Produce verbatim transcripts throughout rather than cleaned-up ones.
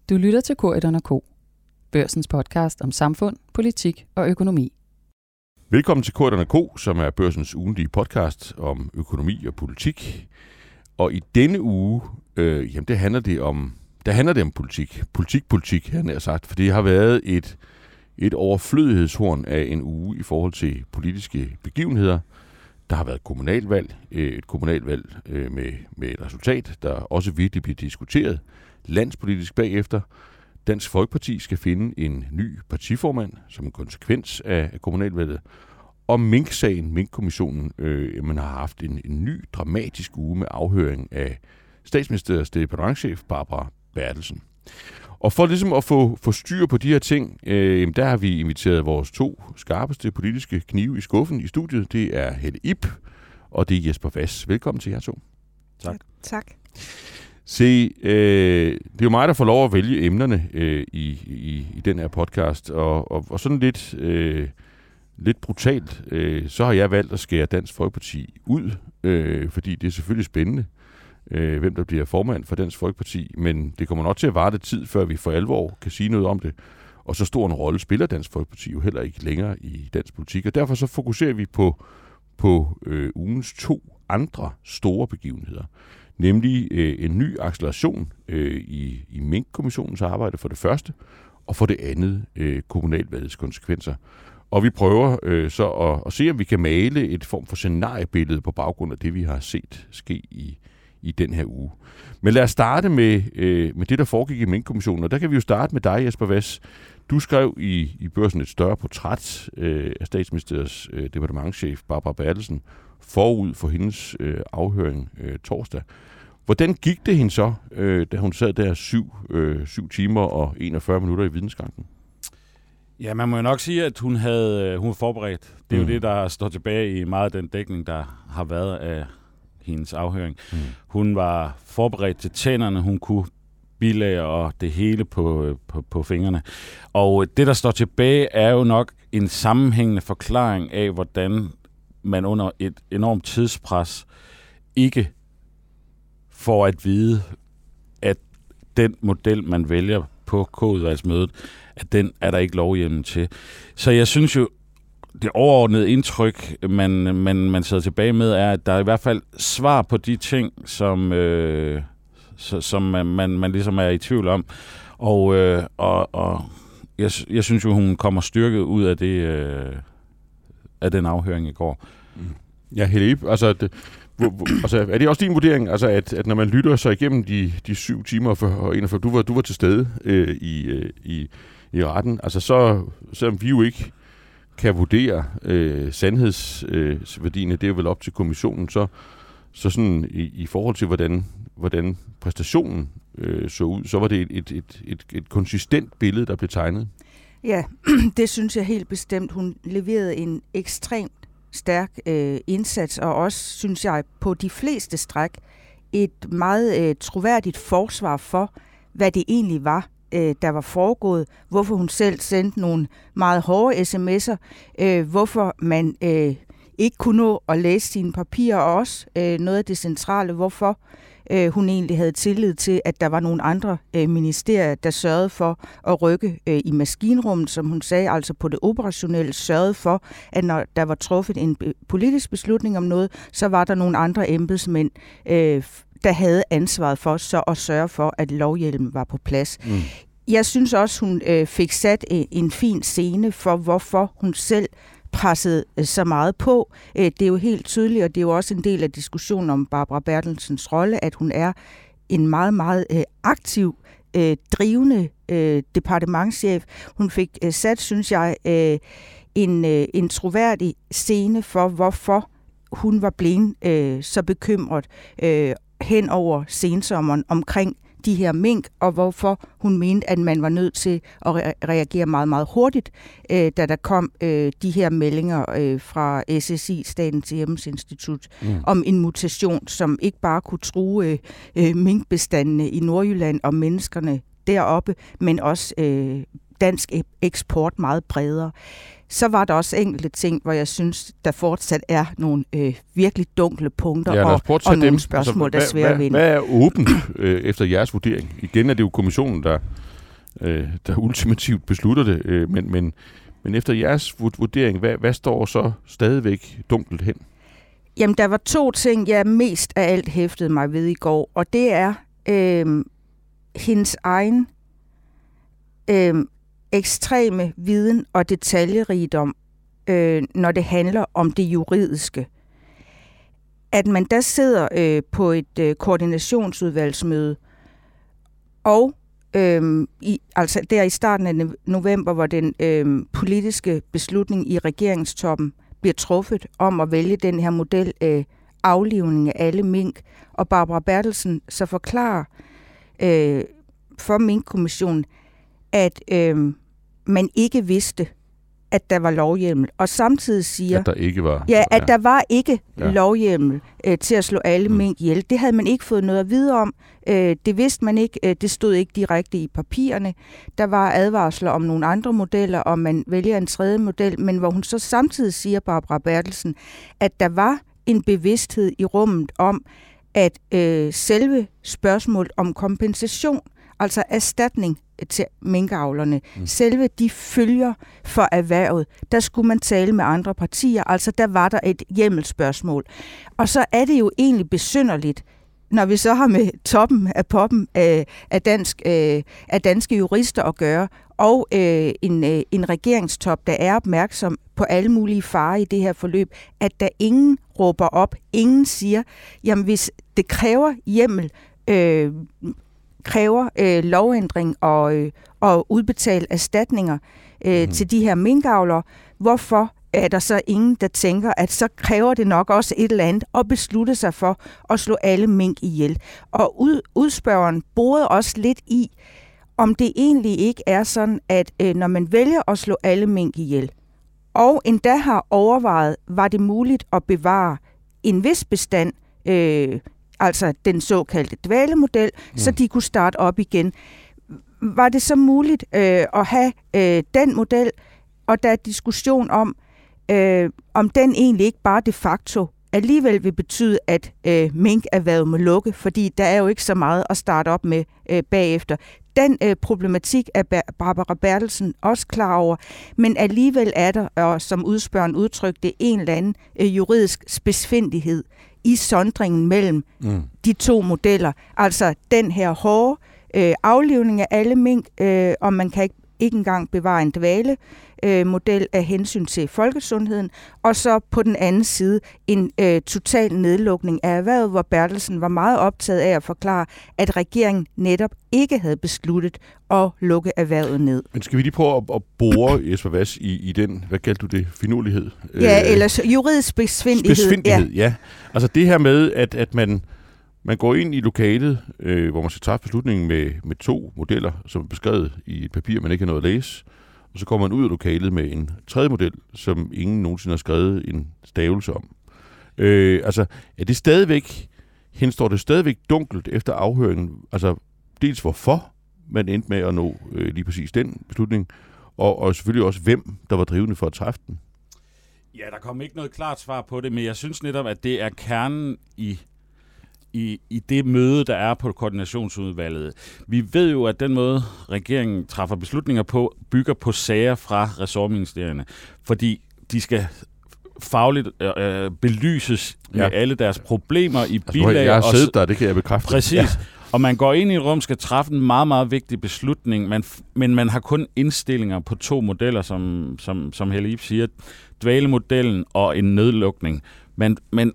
Du lytter til Corydon og Co., Børsens podcast om samfund, politik og økonomi. Velkommen til Corydon og Co., som er Børsens ugentlige podcast om økonomi og politik. Og i denne uge, øh, jamen det handler det om, der handler det om politik. Politik, politik, han har sagt, for det har været et, et overflødighedshorn af en uge i forhold til politiske begivenheder. Der har været kommunalvalg, et kommunalvalg med, med et resultat, der også virkelig bliver diskuteret. Landspolitisk bagefter. Dansk Folkeparti skal finde en ny partiformand som en konsekvens af kommunalvalget. Og Mink-sagen, Mink-kommissionen, øh, man har haft en, en ny dramatisk uge med afhøring af statsministeriets departementschef Barbara Bertelsen. Og for ligesom at få, få styr på de her ting, øh, der har vi inviteret vores to skarpeste politiske knive i skuffen i studiet. Det er Helle Ib, og det er Jesper Vass. Velkommen til jer to. Tak. Tak. Se, øh, det er jo mig, der får lov at vælge emnerne øh, i, i, i den her podcast, og, og, og sådan lidt, øh, lidt brutalt, øh, så har jeg valgt at skære Dansk Folkeparti ud, øh, fordi det er selvfølgelig spændende, øh, hvem der bliver formand for Dansk Folkeparti, men det kommer nok til at vare lidt tid, før vi for alvor kan sige noget om det, og så stor en rolle spiller Dansk Folkeparti jo heller ikke længere i dansk politik, og derfor så fokuserer vi på, på øh, ugens to andre store begivenheder. Nemlig øh, en ny acceleration øh, i, i Mink-kommissionens arbejde for det første, og for det andet øh, kommunalvalgets konsekvenser. Og vi prøver øh, så at, at se, om vi kan male et form for scenariebillede på baggrund af det, vi har set ske i, i den her uge. Men lad os starte med, øh, med det, der foregik i Mink-kommissionen, og der kan vi jo starte med dig, Jesper Vass. Du skrev i, i Børsen et større portræt øh, af statsministeriets øh, departementschef Barbara Bertelsen, forud for hendes øh, afhøring øh, torsdag. Hvordan gik det hende så, øh, da hun sad der syv, øh, syv timer og enogfyrre minutter i vidensskranken? Ja, man må jo nok sige, at hun havde hun var forberedt. Det er mm. jo det, der står tilbage i meget af den dækning, der har været af hendes afhøring. Mm. Hun var forberedt til tænderne, hun kunne bilag og det hele på, på, på fingrene. Og det, der står tilbage, er jo nok en sammenhængende forklaring af, hvordan man under et enormt tidspres ikke får at vide, at den model, man vælger på K-udvalgsmødet, at den er der ikke lovhjemmel til. Så jeg synes jo, det overordnede indtryk, man, man, man sidder tilbage med, er, at der er i hvert fald svar på de ting, som, øh, så, som man, man, man ligesom er i tvivl om. Og, øh, og, og jeg, jeg synes jo, hun kommer styrket ud af, det, øh, af den afhøring i går. Ja, Helle, altså, det, hvor, hvor, altså er det også din vurdering, altså at, at når man lytter sig igennem de, de syv timer for, og enogfyrre, du var, du var til stede øh, i, øh, i, i retten, altså så, selvom vi jo ikke kan vurdere øh, sandhedsværdien, øh, det er jo vel op til kommissionen, så, så sådan i, i forhold til, hvordan, hvordan præstationen øh, så ud, så var det et, et, et, et, et konsistent billede, der blev tegnet. Ja, det synes jeg helt bestemt. Hun leverede en ekstremt stærk øh, indsats, og også, synes jeg, på de fleste stræk, et meget øh, troværdigt forsvar for, hvad det egentlig var, øh, der var foregået, hvorfor hun selv sendte nogle meget hårde sms'er, øh, hvorfor man øh, ikke kunne nå at læse sine papirer, og også øh, noget af det centrale, hvorfor øh, hun egentlig havde tillid til, at der var nogle andre øh, ministerier, der sørgede for at rykke øh, i maskinrummet, som hun sagde, altså på det operationelle, sørgede for, at når der var truffet en politisk beslutning om noget, så var der nogle andre embedsmænd, øh, der havde ansvaret for så at sørge for, at lovhjælpen var på plads. Mm. Jeg synes også, hun øh, fik sat en, en fin scene for, hvorfor hun selv pressede så meget på. Det er jo helt tydeligt, og det er jo også en del af diskussionen om Barbara Bertelsens rolle, at hun er en meget, meget aktiv, drivende departementschef. Hun fik sat, synes jeg, en, en troværdig scene for, hvorfor hun var blevet så bekymret hen over sensommeren omkring de her mink, og hvorfor hun mente, at man var nødt til at re- reagere meget, meget hurtigt, øh, da der kom øh, de her meldinger øh, fra S S I, Statens Serum Institut, mm. om en mutation, som ikke bare kunne true øh, minkbestandene i Nordjylland og menneskerne deroppe, men også øh, dansk eksport meget bredere. Så var der også enkelte ting, hvor jeg synes, der fortsat er nogle øh, virkelig dunkle punkter ja, og, og nogle dem. spørgsmål, altså, der er svære at vinde. Hvad er åbent øh, efter jeres vurdering? Igen er det jo kommissionen, der, øh, der ultimativt beslutter det. Øh, men, men, men efter jeres vurdering, hvad, hvad står så stadigvæk dunkelt hen? Jamen, der var to ting, jeg mest af alt hæftede mig ved i går, og det er øh, hendes egen øh, ekstreme viden og detaljerigdom, øh, når det handler om det juridiske. At man der sidder øh, på et øh, koordinationsudvalgsmøde, og øh, i, altså der i starten af november, hvor den øh, politiske beslutning i regeringstoppen bliver truffet om at vælge den her model af aflivning af alle mink, og Barbara Bertelsen så forklarer øh, for Minkkommissionen, at øh, man ikke vidste, at der var lovhjemmel, og samtidig siger, at der ikke var, ja, at ja. der var ikke ja. lovhjemmel øh, til at slå alle mm. mink ihjel. Det havde man ikke fået noget at vide om. Øh, det vidste man ikke. Øh, det stod ikke direkte i papirerne. Der var advarsler om nogle andre modeller, og man vælger en tredje model, men hvor hun så samtidig siger, Barbara Bertelsen, at der var en bevidsthed i rummet om, at øh, selve spørgsmålet om kompensation, altså erstatning til minkavlerne, mm. selve de følger for erhvervet, der skulle man tale med andre partier, altså der var der et hjemmelspørgsmål. Og så er det jo egentlig besynderligt, når vi så har med toppen af poppen af, af, dansk, øh, af danske jurister at gøre, og øh, en, øh, en regeringstop, der er opmærksom på alle mulige farer i det her forløb, at der ingen råber op, ingen siger, jamen hvis det kræver hjemmel, øh, kræver øh, lovændring og, øh, og udbetale erstatninger øh, mm. til de her minkavlere, hvorfor er der så ingen, der tænker, at så kræver det nok også et eller andet at beslutte sig for at slå alle mink ihjel. Og ud, udspørgeren borede også lidt i, om det egentlig ikke er sådan, at øh, når man vælger at slå alle mink ihjel, og endda har overvejet, var det muligt at bevare en vis bestand, øh, altså den såkaldte dvalemodel, mm. så de kunne starte op igen. Var det så muligt øh, at have øh, den model, og der er diskussion om, øh, om den egentlig ikke bare de facto alligevel vil betyde, at øh, minkerhvervet må lukke, fordi der er jo ikke så meget at starte op med øh, bagefter. Den øh, problematik er Barbara Bertelsen også klar over, men alligevel er der, og som udspørgeren udtrykte, en eller anden øh, juridisk spidsfindighed i sondringen mellem mm. de to modeller. Altså den her hårde øh, aflivning af alle mink, øh, og man kan ikke, ikke engang bevare en dvale, øh, model af hensyn til folkesundheden, og så på den anden side en øh, total nedlukning af erhvervet, hvor Bertelsen var meget optaget af at forklare, at regeringen netop ikke havde besluttet at lukke erhvervet ned. Men skal vi lige prøve at, at bore, Jesper Vass, i, i den, hvad kaldte du det, finurlighed? Ja, øh, eller juridisk spidsfindighed. Spidsfindighed, ja. ja. Altså det her med, at, at man, man går ind i lokalet, øh, hvor man skal træffe beslutningen med, med to modeller, som er beskrevet i et papir, man ikke har noget at læse, og så kommer man ud af lokalet med en tredje model, som ingen nogensinde har skrevet en stavelse om. Øh, altså, er det stadigvæk, henstår det stadigvæk dunkelt efter afhøringen, altså dels hvorfor man endte med at nå øh, lige præcis den beslutning, og, og selvfølgelig også hvem, der var drivende for at træffe den? Ja, der kom ikke noget klart svar på det, men jeg synes netop, at det er kernen i I, i det møde, der er på koordinationsudvalget. Vi ved jo, at den måde, regeringen træffer beslutninger på, bygger på sager fra ressortministerierne, fordi de skal fagligt øh, belyses ja. med alle deres problemer i bilag. Altså, jeg har siddet der, det kan jeg bekræfte. Præcis. Ja. Og man går ind i et rum, skal træffe en meget, meget vigtig beslutning, man, men man har kun indstillinger på to modeller, som, som, som Helle Ib siger, dvalemodellen og en nedlukning. Men, men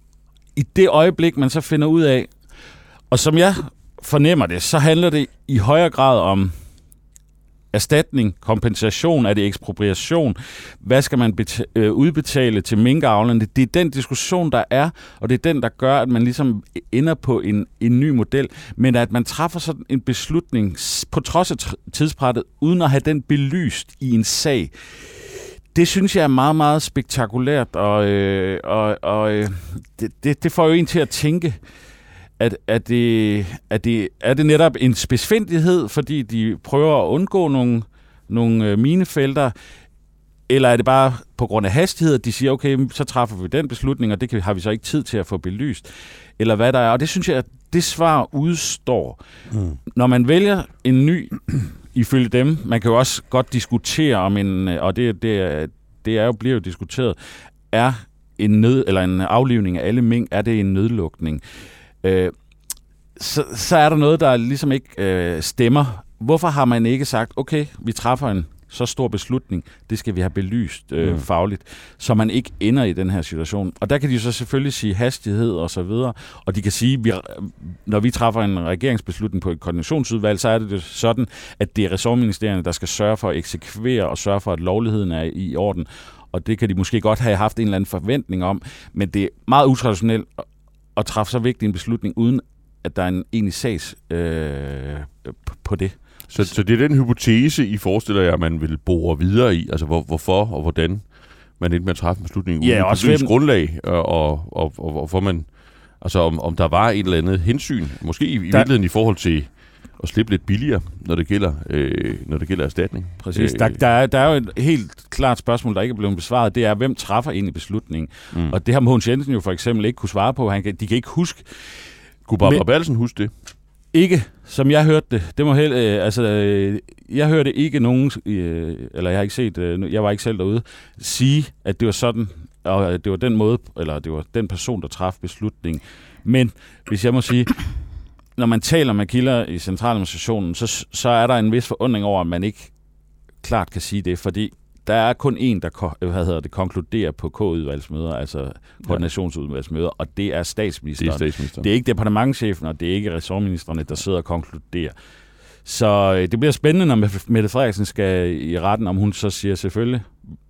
i det øjeblik, man så finder ud af, og som jeg fornemmer det, så handler det i højere grad om erstatning, kompensation, er det ekspropriation, hvad skal man beta- øh, udbetale til minkavlerne? Det er den diskussion, der er, og det er den, der gør, at man ligesom ender på en, en ny model, men at man træffer sådan en beslutning på trods af tidspresset, uden at have den belyst i en sag. Det synes jeg er meget, meget spektakulært, og, øh, og, og øh, det, det, det får jo en til at tænke, at, at, det, at det, er det netop en spidsfindighed, fordi de prøver at undgå nogle, nogle minefelter, eller er det bare på grund af hastighed, at de siger, okay, så træffer vi den beslutning, og det kan, har vi så ikke tid til at få belyst, eller hvad der er. Og det synes jeg, at det svar udstår. Mm. Når man vælger en ny ifølge dem, man kan jo også godt diskutere om en, og det, det, det er jo, bliver jo diskuteret, er en nød, eller en aflivning af alle mink, er det en nødlukning? Øh, så, så er der noget, der ligesom ikke øh, stemmer. Hvorfor har man ikke sagt, okay, vi træffer en så stor beslutning, det skal vi have belyst øh, mm. fagligt, så man ikke ender i den her situation. Og der kan de så selvfølgelig sige hastighed og så videre, og de kan sige, vi, når vi træffer en regeringsbeslutning på et koordinationsudvalg, så er det sådan, at det er ressortministerierne, der skal sørge for at eksekvere og sørge for, at lovligheden er i orden. Og det kan de måske godt have haft en eller anden forventning om, men det er meget utraditionelt at træffe så vigtig en beslutning, uden at der er en egentlig sags øh, på det. Så, så det er den hypotese, I forestiller jer, at man vil bore videre i, altså hvor, hvorfor og hvordan man ikke med at træffe en beslutning uden ja, et politisk grundlag, og, og, og, og hvorfor man, altså om, om der var et eller andet hensyn, måske i, i virkeligheden i forhold til at slippe lidt billigere, når det gælder, øh, når det gælder erstatning. Præcis. Der, der, er, der er jo et helt klart spørgsmål, der ikke er blevet besvaret, det er, hvem træffer egentlig beslutningen? Mm. Og det har Mogens Jensen jo for eksempel ikke kunne svare på. Han kan, de kan ikke huske. Kunne Barbara Bertelsen huske det? Ikke, som jeg hørte det. Det må helt, øh, altså, øh, jeg hørte ikke nogen, øh, eller jeg har ikke set, øh, jeg var ikke selv derude, sige, at det var sådan, og det var den måde, eller det var den person, der traf beslutningen. Men hvis jeg må sige, når man taler med kilder i centraladministrationen, så, så er der en vis forundring over, at man ikke klart kan sige det, fordi der er kun en, der hvad hedder det, konkluderer på K-udvalgsmøder, altså koordinationsudvalgsmøder, og det er statsministeren. Det er statsministeren. Det er ikke departementschefen, og det er ikke ressortministerne, der sidder og konkluderer. Så det bliver spændende, når Mette Frederiksen skal i retten, om hun så siger selvfølgelig,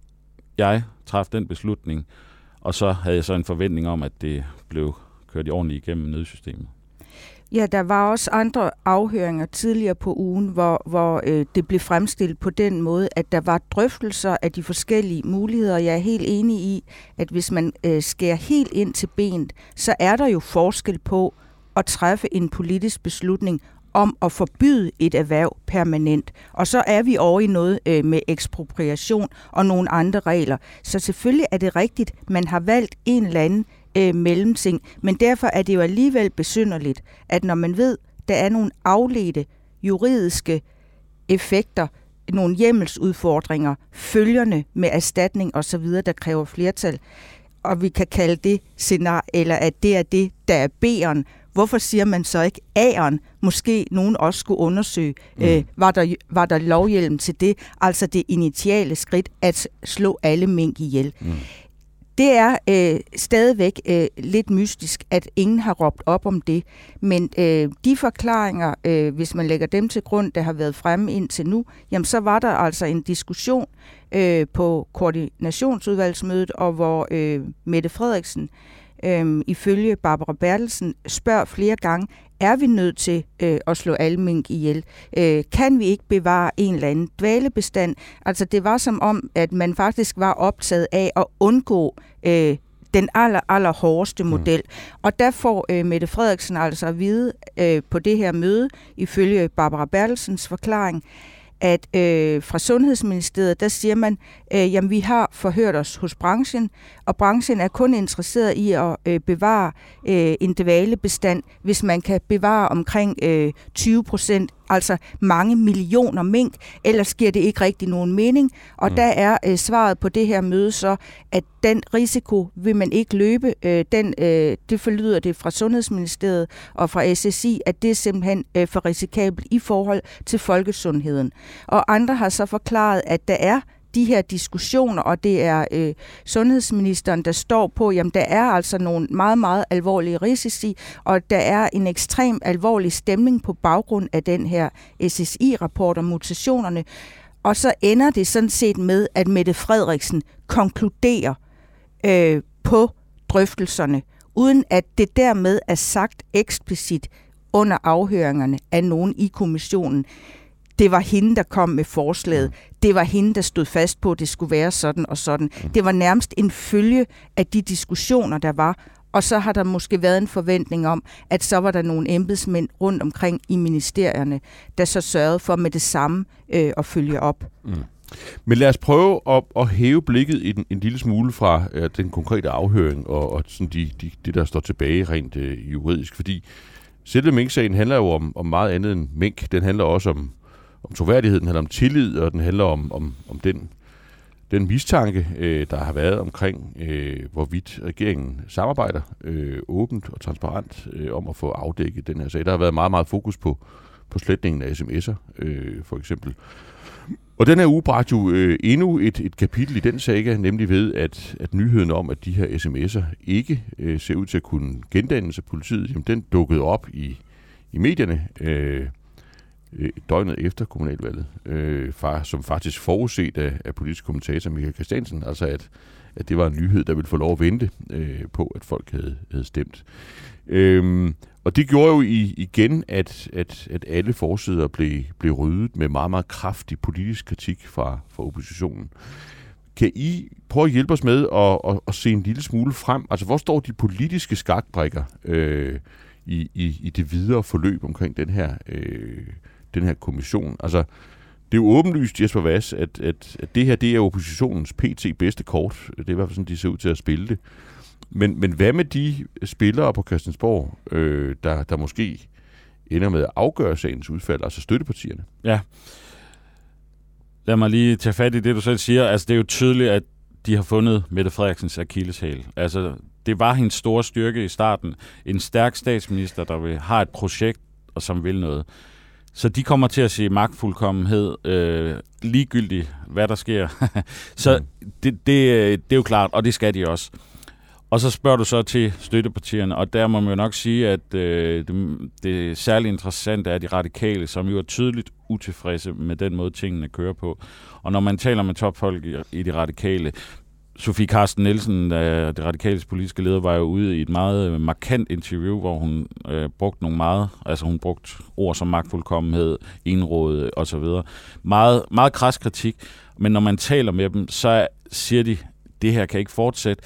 jeg traf den beslutning, og så havde jeg så en forventning om, at det blev kørt i ordentligt igennem nødsystemet. Ja, der var også andre afhøringer tidligere på ugen, hvor, hvor øh, det blev fremstillet på den måde, at der var drøftelser af de forskellige muligheder. Jeg er helt enig i, at hvis man øh, skærer helt ind til benet, så er der jo forskel på at træffe en politisk beslutning om at forbyde et erhverv permanent. Og så er vi over i noget øh, med ekspropriation og nogle andre regler. Så selvfølgelig er det rigtigt, man har valgt en eller anden øh, mellemting, men derfor er det jo alligevel besynderligt, at når man ved, der er nogle afledte juridiske effekter, nogle hjemmelsudfordringer, følgerne med erstatning osv., der kræver flertal, og vi kan kalde det scenarie, eller at det er det, der er B'eren. Hvorfor siger man så ikke A'eren? Måske nogen også skulle undersøge, mm. øh, var, der, var der lovhjelm til det? Altså det initiale skridt at slå alle mink ihjel. Mm. Det er øh, stadigvæk øh, lidt mystisk, at ingen har råbt op om det. Men øh, de forklaringer, øh, hvis man lægger dem til grund, der har været fremme indtil nu, jamen så var der altså en diskussion øh, på koordinationsudvalgsmødet, og hvor øh, Mette Frederiksen øh, ifølge Barbara Bertelsen spørger flere gange, er vi nødt til øh, at slå alle mink ihjel? Øh, kan vi ikke bevare en eller anden dvalebestand? Altså det var som om, at man faktisk var optaget af at undgå øh, den aller, aller hårdeste model. Mm. Og der får øh, Mette Frederiksen altså at vide øh, på det her møde, ifølge Barbara Bertelsens forklaring, at øh, fra Sundhedsministeriet, der siger man, øh, jamen vi har forhørt os hos branchen, og branchen er kun interesseret i at øh, bevare øh, en dvalebestand, hvis man kan bevare omkring øh, tyve procent, altså mange millioner mink, ellers giver det ikke rigtig nogen mening. Og mm. der er øh, svaret på det her møde så, at den risiko vil man ikke løbe. Øh, den, øh, det forlyder det fra Sundhedsministeriet og fra S S I, at det er simpelthen øh, for risikabelt i forhold til folkesundheden. Og andre har så forklaret, at der er de her diskussioner, og det er øh, sundhedsministeren, der står på, jamen der er altså nogle meget, meget alvorlige risici, og der er en ekstrem alvorlig stemning på baggrund af den her S S I-rapport om mutationerne. Og så ender det sådan set med, at Mette Frederiksen konkluderer øh, på drøftelserne, uden at det dermed er sagt eksplicit under afhøringerne af nogen i kommissionen. Det var hende, der kom med forslaget. Det var hende, der stod fast på, at det skulle være sådan og sådan. Det var nærmest en følge af de diskussioner, der var. Og så har der måske været en forventning om, at så var der nogle embedsmænd rundt omkring i ministerierne, der så sørgede for med det samme øh, at følge op. Mm. Men lad os prøve at, at hæve blikket en, en lille smule fra uh, den konkrete afhøring og, og sådan de, de, det, der står tilbage rent uh, juridisk. Fordi selve mink-sagen handler jo om, om meget andet end mink. Den handler også om om troværdighed, den handler om tillid, og den handler om, om, om den, den mistanke, øh, der har været omkring, øh, hvorvidt regeringen samarbejder øh, åbent og transparent øh, om at få afdækket den her sag. Der har været meget, meget fokus på, på sletningen af sms'er, øh, for eksempel. Og den her uge bragte jo øh, endnu et, et kapitel i den saga, nemlig ved, at, at nyheden om, at de her sms'er ikke øh, ser ud til at kunne gendannes af politiet, jamen, den dukkede op i, i medierne øh, øh, døgnet efter kommunalvalget, øh, far, som faktisk forudset af, af politisk kommentator Michael Christiansen, altså at, at det var en nyhed, der ville få lov at vente øh, på, at folk havde, havde stemt. Øh, Og det gjorde jo i, igen, at, at, at alle forsider blev, blev ryddet med meget, meget kraftig politisk kritik fra, fra oppositionen. Kan I prøve at hjælpe os med at, at, at se en lille smule frem? Altså, hvor står de politiske skakbrikker øh, i, i, i det videre forløb omkring den her, øh, den her kommission? Altså, det er jo åbenlyst, Jesper Vass, at, at, at det her det er oppositionens P T bedste kort. Det er i hvert fald sådan, de ser ud til at spille det. Men, men hvad med de spillere på Christiansborg, øh, der, der måske ender med at afgøre sagens udfald, altså støttepartierne? Ja. Lad mig lige tage fat i det, du selv siger. Altså, det er jo tydeligt, at de har fundet Mette Frederiksens akilleshæl. Altså, det var hendes store styrke i starten. En stærk statsminister, der vil have et projekt, og som vil noget. Så de kommer til at se magtfuldkommenhed, øh, ligegyldigt, hvad der sker. Så mm. det, det, det er jo klart, og det skal de også. Og så spørger du så til støttepartierne, og der må man jo nok sige, at øh, det, det særligt interessante er de radikale, som jo er tydeligt utilfredse med den måde, tingene kører på. Og når man taler med topfolk i, i de radikale, Sofie Carsten Nielsen, der det radikales politiske leder, var jo ude i et meget markant interview, hvor hun øh, brugte nogle meget, altså hun brugte ord som magtfuldkommenhed, enråd og så videre. Meget, meget krads kritik, men når man taler med dem, så siger de, det her kan ikke fortsætte.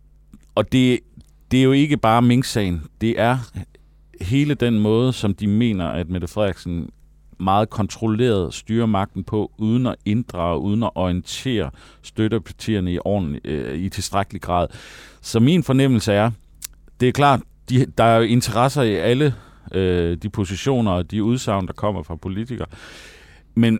Og det, det er jo ikke bare Mink-sagen. Det er hele den måde, som de mener, at Mette Frederiksen meget kontrolleret styrer magten på, uden at inddrage, uden at orientere støttepartierne i, ordentlig, øh, i tilstrækkelig grad. Så min fornemmelse er, det er klart, de, der er jo interesser i alle øh, de positioner og de udsagn, der kommer fra politikere. Men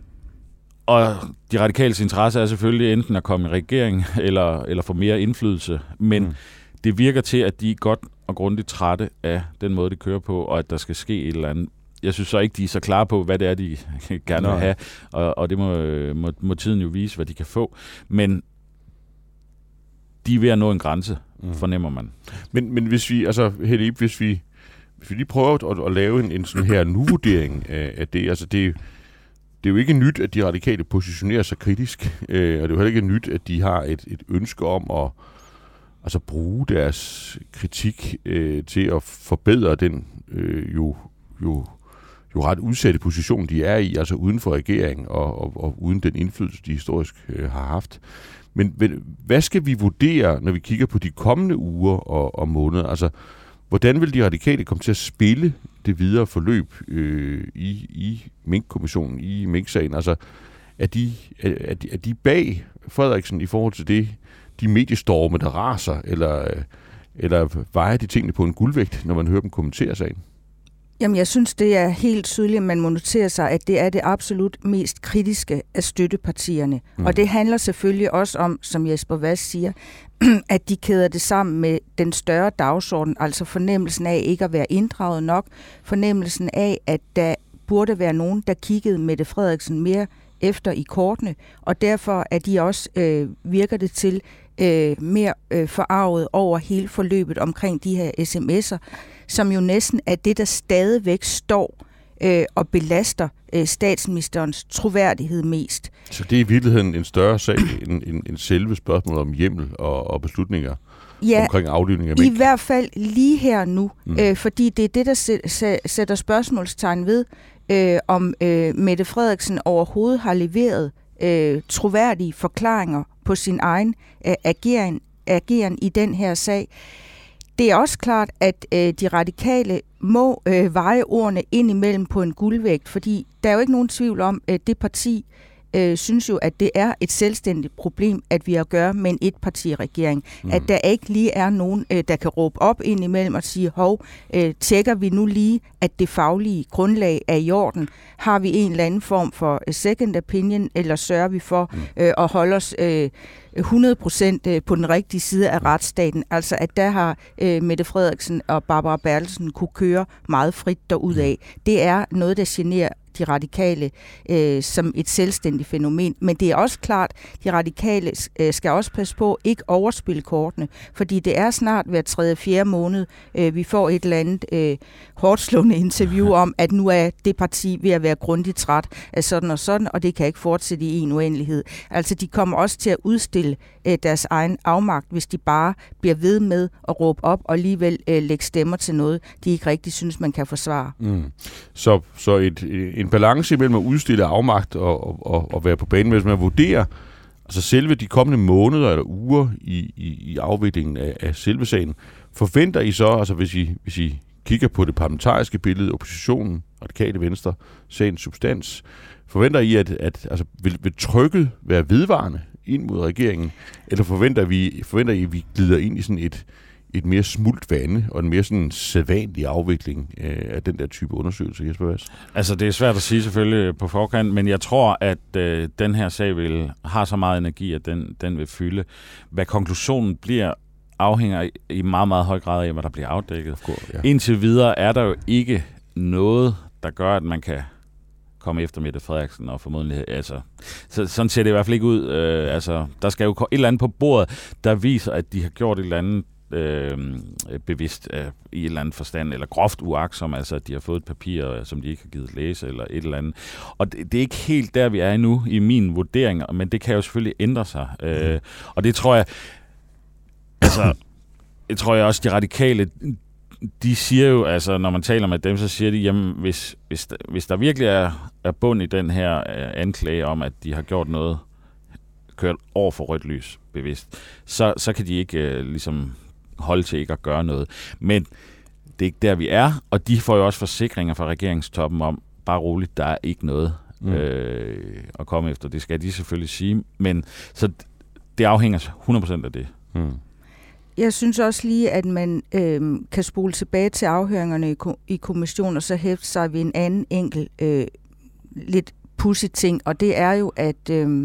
og de radikales interesse er selvfølgelig enten at komme i regering eller, eller få mere indflydelse. Men mm. det virker til, at de er godt og grundigt trætte af den måde, det kører på, og at der skal ske et eller andet. Jeg synes så ikke, de er så klare på, hvad det er, de gerne vil have, og, og det må, må, må tiden jo vise, hvad de kan få. Men de er ved at nå en grænse, mm. fornemmer man. Men, men hvis vi, altså Helle Ib, hvis vi, hvis vi lige prøver at, at lave en, en sådan her nu-vurdering af, af det, altså det, det er jo ikke nyt, at de radikale positionerer sig kritisk, øh, og det er jo heller ikke nyt, at de har et, et ønske om at altså bruge deres kritik øh, til at forbedre den øh, jo, jo, jo ret udsatte position, de er i, altså uden for regeringen og, og, og uden den indflydelse, de historisk øh, har haft. Men, men hvad skal vi vurdere, når vi kigger på de kommende uger og, og måneder? Altså, hvordan vil de radikale komme til at spille det videre forløb øh, i, i Mink-kommissionen, i Mink-sagen? Altså, er de, er, de, er de bag Frederiksen i forhold til det, de mediestorme, der raser, eller, eller vejer de tingene på en guldvægt, når man hører dem kommentere sagen? Jamen, jeg synes, det er helt tydeligt, at man må notere sig, at det er det absolut mest kritiske af støttepartierne. Mm. Og det handler selvfølgelig også om, som Jesper Vass siger, at de kæder det sammen med den større dagsorden, altså fornemmelsen af ikke at være inddraget nok, fornemmelsen af, at der burde være nogen, der kiggede Mette Frederiksen mere efter i kortene, og derfor er de også, øh, virker det til, øh, mere øh, forarvet over hele forløbet omkring de her sms'er, som jo næsten er det, der stadigvæk står øh, og belaster øh, statsministerens troværdighed mest. Så det er i virkeligheden en større sag end, end, end selve spørgsmålet om hjemmel og, og beslutninger ja, omkring aflytning af Mink? I hvert fald lige her nu, mm. øh, fordi det er det, der sæ- sætter spørgsmålstegn ved, øh, om øh, Mette Frederiksen overhovedet har leveret øh, troværdige forklaringer på sin egen øh, ageren, ageren i den her sag. Det er også klart, at øh, de radikale må øh, veje ordene ind imellem på en guldvægt, fordi der er jo ikke nogen tvivl om, at det parti øh, synes jo, at det er et selvstændigt problem, at vi har at gøre med en etpartiregering. Mm. At der ikke lige er nogen, øh, der kan råbe op ind imellem og sige, hov, øh, tjekker vi nu lige, at det faglige grundlag er i orden? Har vi en eller anden form for second opinion, eller sørger vi for mm. øh, at holde os øh, hundrede procent på den rigtige side af retsstaten? Altså, at der har øh, Mette Frederiksen og Barbara Bertelsen kunne køre meget frit derudad. Det er noget, der generer de radikale øh, som et selvstændigt fænomen. Men det er også klart, de radikale øh, skal også passe på ikke overspille kortene, fordi det er snart hver tredje, fjerde måned, øh, vi får et eller andet øh, hårdslående interview om, at nu er det parti ved at være grundigt træt af sådan og sådan, og det kan ikke fortsætte i en uendelighed. Altså, de kommer også til at udstille øh, deres egen afmagt, hvis de bare bliver ved med at råbe op og alligevel øh, lægge stemmer til noget, de ikke rigtig synes, man kan forsvare. Mm. Så, så et, en balance mellem at udstille afmagt og, og, og være på banen, hvis man vurderer altså selve de kommende måneder eller uger i, i, i afviklingen af, af selve sagen. Forventer I så, altså hvis I, hvis I kigger på det parlamentariske billede, oppositionen, Radikale Venstre, sagens substans, forventer I, at, at altså, vil, vil trykket være vedvarende ind mod regeringen, eller forventer, vi, forventer I, at vi glider ind i sådan et et mere smult vande og en mere sådan sædvanlig afvikling øh, af den der type undersøgelser, Jesper Vass? Altså, det er svært at sige selvfølgelig på forkant, men jeg tror, at øh, den her sag vil har så meget energi, at den, den vil fylde. Hvad konklusionen bliver, afhænger i meget, meget høj grad af, hvad der bliver afdækket. God, ja. Indtil videre er der jo ikke noget, der gør, at man kan komme efter Mette Frederiksen og formodentlig, altså, så, sådan ser det i hvert fald ikke ud. Øh, altså, der skal jo et eller andet på bordet, der viser, at de har gjort et eller andet Øh, bevidst øh, i et eller andet forstand, eller groft uagtsom, altså at de har fået et papir, som de ikke har givet læse, eller et eller andet. Og det, det er ikke helt der, vi er endnu i min vurdering, men det kan jo selvfølgelig ændre sig. Øh, og det tror jeg, altså, det tror jeg også, de radikale, de siger jo, altså når man taler med dem, så siger de, jamen hvis, hvis, der, hvis der virkelig er, er bund i den her øh, anklage om, at de har gjort noget, kørt over for rødt lys bevidst, så, så kan de ikke øh, ligesom holde til ikke at gøre noget. Men det er ikke der, vi er, og de får jo også forsikringer fra regeringstoppen om, bare roligt, der er ikke noget mm. øh, at komme efter. Det skal de selvfølgelig sige, men så det afhænger hundrede procent af det. Mm. Jeg synes også lige, at man øh, kan spole tilbage til afhøringerne i, ko- i kommissionen, og så hæfte sig ved en anden enkelt øh, lidt pudsig ting, og det er jo, at øh,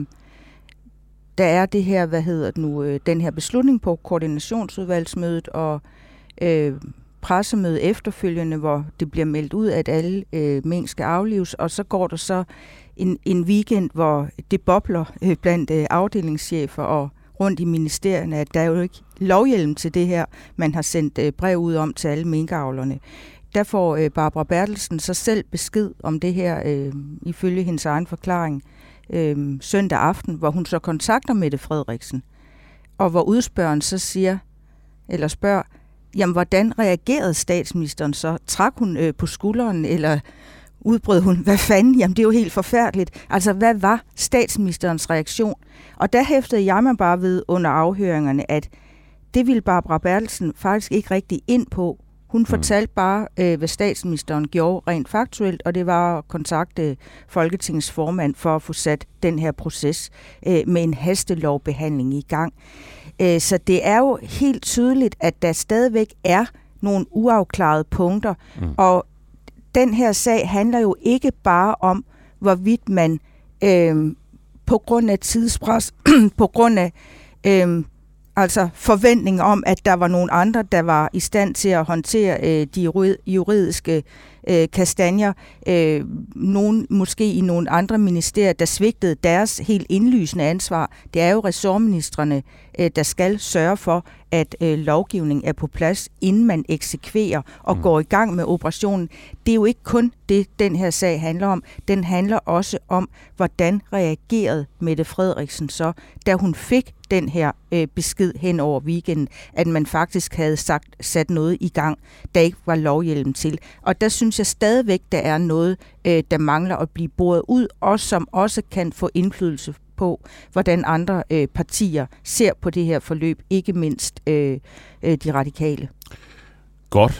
der er det her, hvad hedder det nu, øh, den her beslutning på koordinationsudvalgsmødet og øh, pressemøde efterfølgende, hvor det bliver meldt ud, at alle øh, mink skal aflives, og så går der så en, en weekend, hvor det bobler øh, blandt øh, afdelingschefer og rundt i ministerierne, at der er jo ikke lovhjelm til det her, man har sendt øh, brev ud om til alle minkavlerne. Der får øh, Barbara Bertelsen så selv besked om det her, øh, ifølge hendes egen forklaring, øh, søndag aften, hvor hun så kontakter Mette Frederiksen, og hvor udspørgeren så siger, eller spørger, jamen hvordan reagerede statsministeren så? Trak hun øh, på skulderen, eller udbrød hun, hvad fanden? Jamen det er jo helt forfærdeligt. Altså hvad var statsministerens reaktion? Og der hæftede jeg mig bare ved under afhøringerne, at det ville Barbara Bertelsen faktisk ikke rigtig ind på. Hun fortalte bare, øh, hvad statsministeren gjorde rent faktuelt, og det var at kontakte Folketingets formand for at få sat den her proces øh, med en hastelovbehandling i gang. Øh, så det er jo helt tydeligt, at der stadigvæk er nogle uafklarede punkter, mm. og den her sag handler jo ikke bare om, hvorvidt man øh, på grund af tidspres, på grund af øh, altså forventning om, at der var nogle andre, der var i stand til at håndtere øh, de juridiske øh, kastanjer. Øh, nogen, måske i nogle andre ministerier, der svigtede deres helt indlysende ansvar. Det er jo ressortministrene, øh, der skal sørge for, at øh, lovgivningen er på plads, inden man eksekverer og mm. går i gang med operationen. Det er jo ikke kun det, den her sag handler om. Den handler også om, hvordan reagerede Mette Frederiksen så, da hun fik den her øh, besked hen over weekenden, at man faktisk havde sagt, sat noget i gang, der ikke var lovhjelm til. Og der synes jeg stadigvæk, der er noget, øh, der mangler at blive boret ud, og som også kan få indflydelse på, hvordan andre øh, partier ser på det her forløb, ikke mindst øh, øh, de radikale. Godt.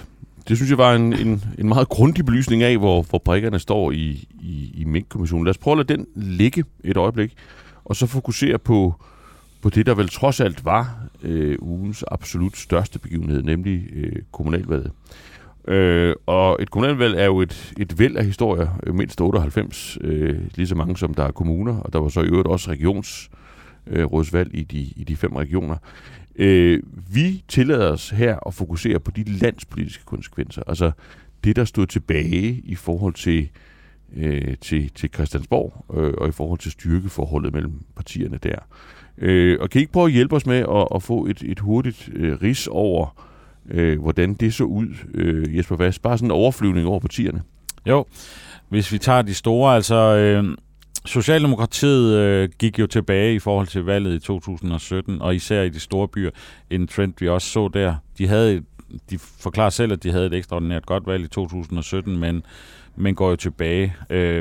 det synes jeg var en, en, en meget grundig belysning af, hvor, hvor brikkerne står i, i, i Mink-kommissionen. Lad os prøve at lade den ligge et øjeblik, og så fokusere på, på det, der vel trods alt var øh, ugens absolut største begivenhed, nemlig øh, kommunalvalget. Øh, og et kommunalvalg er jo et, et væld af historier, mindst otteoghalvfems, øh, lige så mange som der er kommuner, og der var så i øvrigt også regionsrådsvalg øh, i, de, i de fem regioner. Øh, vi tillader os her at fokusere på de landspolitiske konsekvenser, altså det, der stod tilbage i forhold til, øh, til, til Christiansborg, øh, og i forhold til styrkeforholdet mellem partierne der. Øh, og kan I ikke prøve at hjælpe os med at, at få et, et hurtigt øh, rids over, øh, hvordan det så ud, øh, Jesper Vass? Bare sådan en overflyvning over partierne. Jo, hvis vi tager de store, altså øh, Socialdemokratiet øh, gik jo tilbage i forhold til valget i to tusind og sytten, og især i de store byer, en trend vi også så der. De havde, de forklarer selv, at de havde et ekstraordinært godt valg i to tusind og sytten, men, men går jo tilbage. Øh,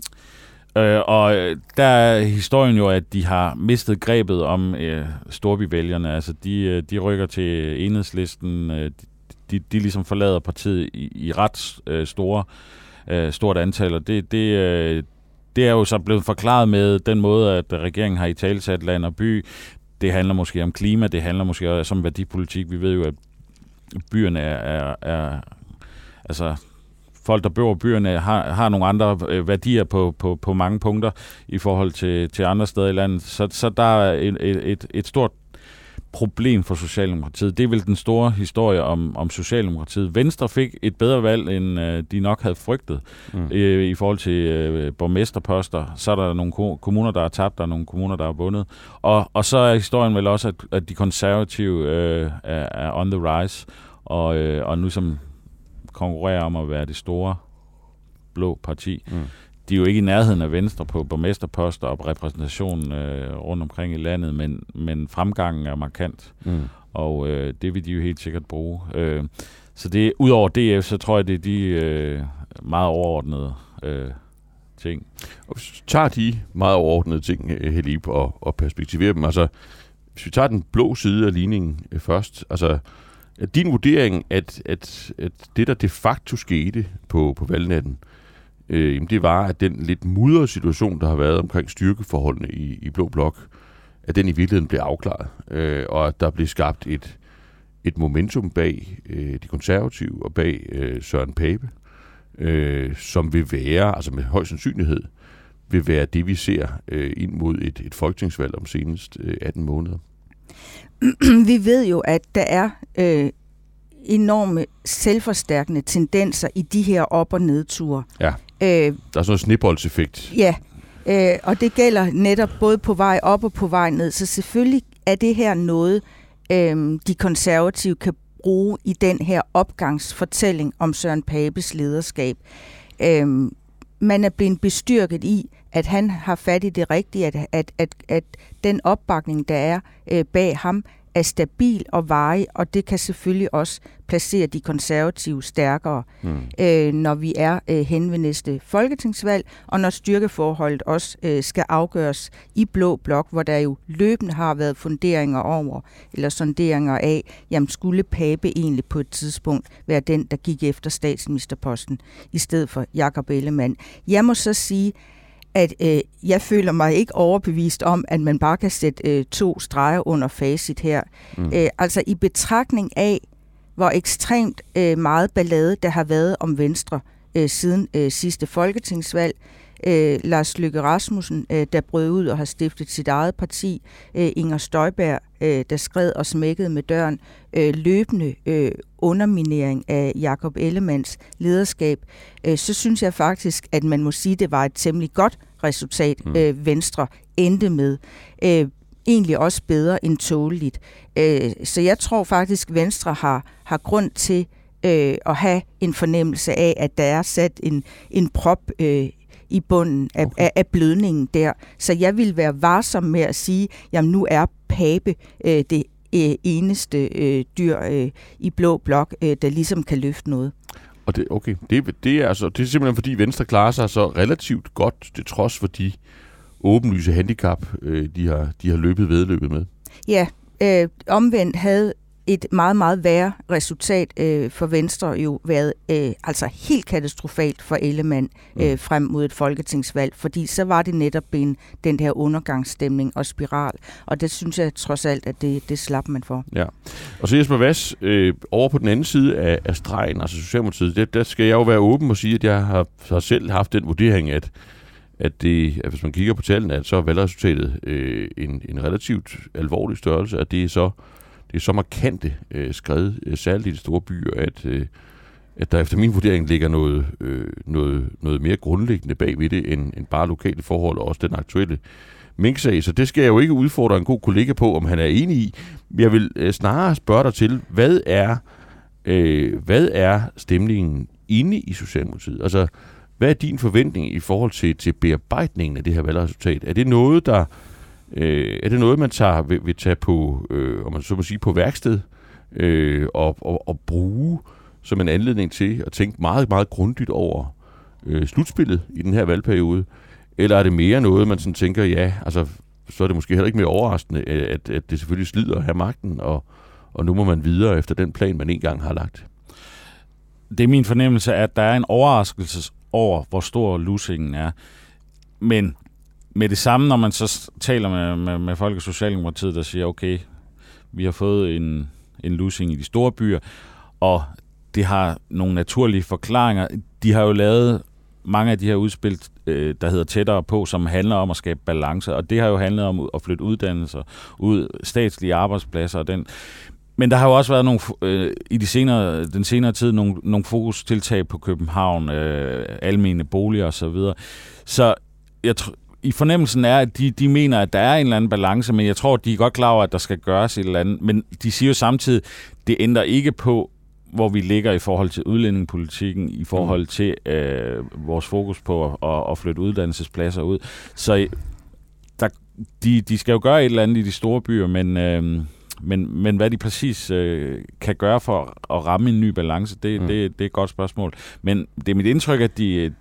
øh, og der er historien jo, at de har mistet grebet om øh, storbyvælgerne. Altså de, de rykker til Enhedslisten, øh, de, de ligesom forlader partiet i, i ret øh, store, øh, stort antal, og det, det øh, Det er jo så blevet forklaret med den måde, at regeringen har italesat land og by. Det handler måske om klima, det handler måske også om værdipolitik. Vi ved jo, at byerne er, er, er altså folk, der bor i byerne, har, har nogle andre værdier på, på, på mange punkter i forhold til, til andre steder i landet. Så, så der er et, et, et stort problem for Socialdemokratiet. Det er vel den store historie om, om Socialdemokratiet. Venstre fik et bedre valg, end øh, de nok havde frygtet mm. øh, i forhold til øh, borgmesterposter. Så er der nogle ko- kommuner, der er tabt, der er nogle kommuner, der er vundet. Og, og så er historien vel også, at, at de konservative øh, er, er on the rise, og, øh, og nu som konkurrerer om at være det store blå parti. Mm. De er jo ikke i nærheden af Venstre på borgmesterposter og repræsentation øh, rundt omkring i landet, men, men fremgangen er markant, mm. og øh, det vil de jo helt sikkert bruge. Øh, så det udover D F, så tror jeg, det er de øh, meget overordnede øh, ting. Og hvis vi tager de meget overordnede ting, Helib, og, og perspektiverer dem, altså hvis vi tager den blå side af ligningen øh, først, altså er din vurdering, at, at, at det, der de facto skete på, på valgnatten, Øh, det var, at den lidt mudrede situation, der har været omkring styrkeforholdene i, i Blå Blok, at den i virkeligheden blev afklaret, øh, og at der blev skabt et, et momentum bag øh, de konservative og bag øh, Søren Pape, øh, som vil være, altså med høj sandsynlighed, vil være det, vi ser øh, ind mod et, et folketingsvalg om senest øh, atten måneder. Vi ved jo, at der er øh, enorme selvforstærkende tendenser i de her op- og nedture. Ja. Øh, der er sådan en snibboldseffekt. Ja, øh, og det gælder netop både på vej op og på vej ned. Så selvfølgelig er det her noget, øh, de konservative kan bruge i den her opgangsfortælling om Søren Papes lederskab. Øh, man er blevet bestyrket i, at han har fat i det rigtige, at, at, at, at den opbakning, der er øh, bag ham, er stabil og varig, og det kan selvfølgelig også placere de konservative stærkere, mm. øh, når vi er øh, hen ved næste folketingsvalg, og når styrkeforholdet også øh, skal afgøres i Blå Blok, hvor der jo løbende har været funderinger over, eller sonderinger af, jamen skulle Pape egentlig på et tidspunkt være den, der gik efter statsministerposten, i stedet for Jakob Ellemann. Jeg må så sige, at øh, jeg føler mig ikke overbevist om, at man bare kan sætte øh, to streger under facit her. Mm. Øh, altså i betragtning af, hvor ekstremt øh, meget ballade der har været om Venstre øh, siden øh, sidste folketingsvalg. Øh, Lars Løkke Rasmussen, øh, der brød ud og har stiftet sit eget parti. Øh, Inger Støjberg, øh, der skred og smækkede med døren. Øh, løbende øh, underminering af Jakob Ellemanns lederskab. Øh, så synes jeg faktisk, at man må sige, at det var et temmelig godt resultat, mm. øh, Venstre endte med. Øh, egentlig også bedre end tåleligt. Øh, så jeg tror faktisk, at Venstre har, har grund til øh, at have en fornemmelse af, at der er sat en, en prop øh, i bunden af, okay. af, af blødningen der. Så jeg vil være varsom med at sige, jamen nu er Pape øh, det øh, eneste øh, dyr øh, i Blå Blok, øh, der ligesom kan løfte noget. Og det, okay, det, det, er altså, det er simpelthen fordi Venstre klarer sig så relativt godt, til trods for de åbenlyse handicap, øh, de, har, de har løbet vedløbet med. Ja, øh, omvendt havde et meget, meget værre resultat øh, for Venstre jo været øh, altså helt katastrofalt for Ellemann øh, frem mod et folketingsvalg, fordi så var det netop en, den der undergangsstemning og spiral, og det synes jeg trods alt, at det, det slap man for. Ja, og så Jesper Vass, øh, over på den anden side af, af stregen, altså Socialdemokratiet, der, der skal jeg jo være åben og sige, at jeg har, har selv haft den vurdering, at at, det, at hvis man kigger på tallene, at så er valgresultatet øh, en, en relativt alvorlig størrelse, at det er så, det er så markante øh, skred, øh, særligt i de store byer, at, øh, at der efter min vurdering ligger noget, øh, noget, noget mere grundlæggende bag ved det, end, end bare lokale forhold, og også den aktuelle minksag. Så det skal jeg jo ikke udfordre en god kollega på, om han er enig i. Jeg vil øh, snarere spørge dig til, hvad er, øh, hvad er stemningen inde i Socialdemokratiet? Altså, hvad er din forventning i forhold til, til bearbejdningen af det her valgresultat? Er det noget, der øh, er det noget, man tager, vil, vil tage på, øh, om man så må sige, på værksted øh, og, og, og bruge som en anledning til at tænke meget, meget grundigt over øh, slutspillet i den her valgperiode? Eller er det mere noget, man sådan tænker, ja, altså, så er det måske heller ikke mere overraskende, at, at det selvfølgelig slider at have magten, og, og nu må man videre efter den plan, man engang har lagt? Det er min fornemmelse, at der er en overraskelse over, hvor stor losingen er. Men med det samme, når man så taler med, med, med folk i Socialdemokratiet, der siger, okay, vi har fået en, en losing i de store byer, og det har nogle naturlige forklaringer. De har jo lavet mange af de her udspil, øh, der hedder tættere på, som handler om at skabe balance, og det har jo handlet om at flytte uddannelser ud, statslige arbejdspladser og den. Men der har jo også været nogle, øh, i de senere, den senere tid nogle, nogle fokustiltag på København, øh, almene boliger og så videre. Så jeg tr- i fornemmelsen er, at de, de mener, at der er en eller anden balance, men jeg tror, at de er godt klar over, at der skal gøres et eller andet. Men de siger jo samtidig, det ændrer ikke på, hvor vi ligger i forhold til udlændingepolitikken, i forhold til øh, vores fokus på at, at flytte uddannelsespladser ud. Så der, de, de skal jo gøre et eller andet i de store byer, men... Øh, Men, men hvad de præcis øh, kan gøre for at ramme en ny balance, det, mm. det, det er et godt spørgsmål. Men det er mit indtryk, at de,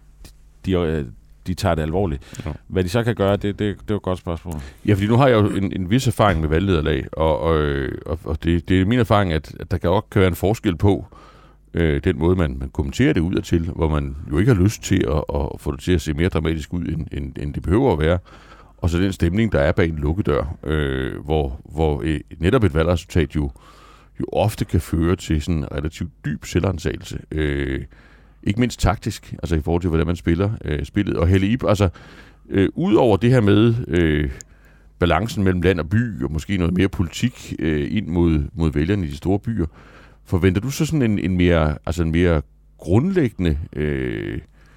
de, de, de tager det alvorligt. Ja. Hvad de så kan gøre, det, det, det er et godt spørgsmål. Ja, fordi nu har jeg jo en, en vis erfaring med valglederlag, og, og, og det, det er min erfaring, at, at der kan også være en forskel på øh, den måde, man, man kommenterer det udadtil, hvor man jo ikke har lyst til at, at få det til at se mere dramatisk ud, end, end, end det behøver at være. Og så den stemning, der er bag en lukkedør, øh, hvor, hvor øh, netop et valgresultat jo, jo ofte kan føre til sådan en relativt dyb selvansagelse. Øh, ikke mindst taktisk, altså i forhold til, hvordan man spiller øh, spillet. Og Helle Ib, altså øh, ud over det her med øh, balancen mellem land og by, og måske noget mere politik øh, ind mod, mod vælgerne i de store byer, forventer du så sådan en, en, mere, altså en mere grundlæggende... Øh,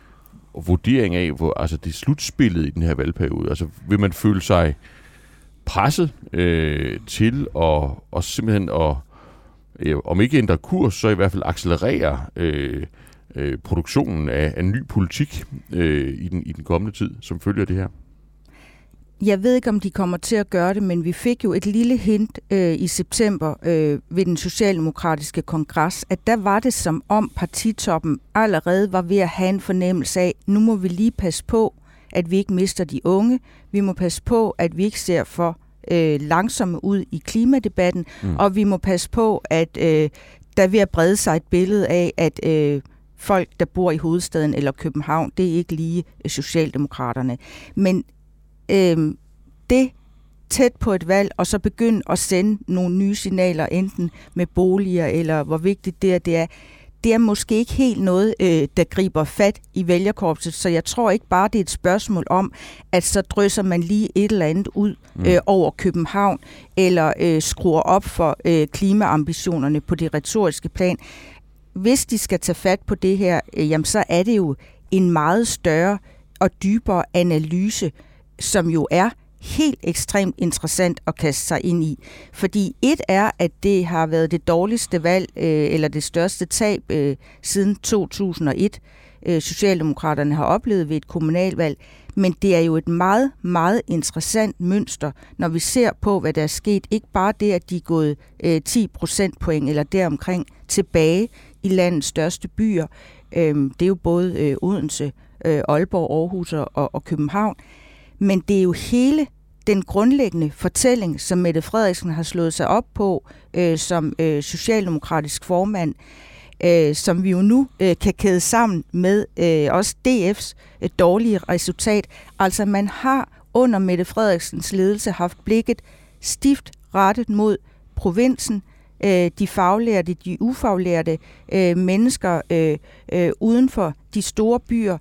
og vurdering af, hvor, altså det slutspillet i den her valgperiode. Altså vil man føle sig presset øh, til at og simpelthen at, øh, om ikke ændre kurs, så i hvert fald accelerere øh, øh, produktionen af, af ny politik øh, i, den, i den kommende tid, som følger det her? Jeg ved ikke, om de kommer til at gøre det, men vi fik jo et lille hint øh, i september øh, ved den socialdemokratiske kongres, at der var det som om partitoppen allerede var ved at have en fornemmelse af, nu må vi lige passe på, at vi ikke mister de unge. Vi må passe på, at vi ikke ser for øh, langsomme ud i klimadebatten, mm. og vi må passe på, at øh, der er ved at brede sig et billede af, at øh, folk, der bor i hovedstaden eller København, det er ikke lige Socialdemokraterne. Men Øhm, det tæt på et valg, og så begynde at sende nogle nye signaler, enten med boliger, eller hvor vigtigt det er, det er, det er måske ikke helt noget, øh, der griber fat i vælgerkorpset, så jeg tror ikke bare, det er et spørgsmål om, at så drysser man lige et eller andet ud øh, mm. over København, eller øh, skruer op for øh, klimaambitionerne på det retoriske plan. Hvis de skal tage fat på det her, øh, jamen så er det jo en meget større og dybere analyse, som jo er helt ekstremt interessant at kaste sig ind i. Fordi et er, at det har været det dårligste valg, øh, eller det største tab øh, siden to tusind og et, øh, Socialdemokraterne har oplevet ved et kommunalvalg. Men det er jo et meget, meget interessant mønster, når vi ser på, hvad der er sket. Ikke bare det, at de er gået øh, ti procentpoint eller deromkring tilbage i landets største byer. Øh, det er jo både øh, Odense, øh, Aalborg, Aarhus og, og København. Men det er jo hele den grundlæggende fortælling, som Mette Frederiksen har slået sig op på øh, som øh, socialdemokratisk formand, øh, som vi jo nu øh, kan kæde sammen med øh, også D F's øh, dårlige resultat. Altså man har under Mette Frederiksens ledelse haft blikket stift rettet mod provinsen, øh, de faglærte, de ufaglærte øh, mennesker øh, øh, uden for de store byer,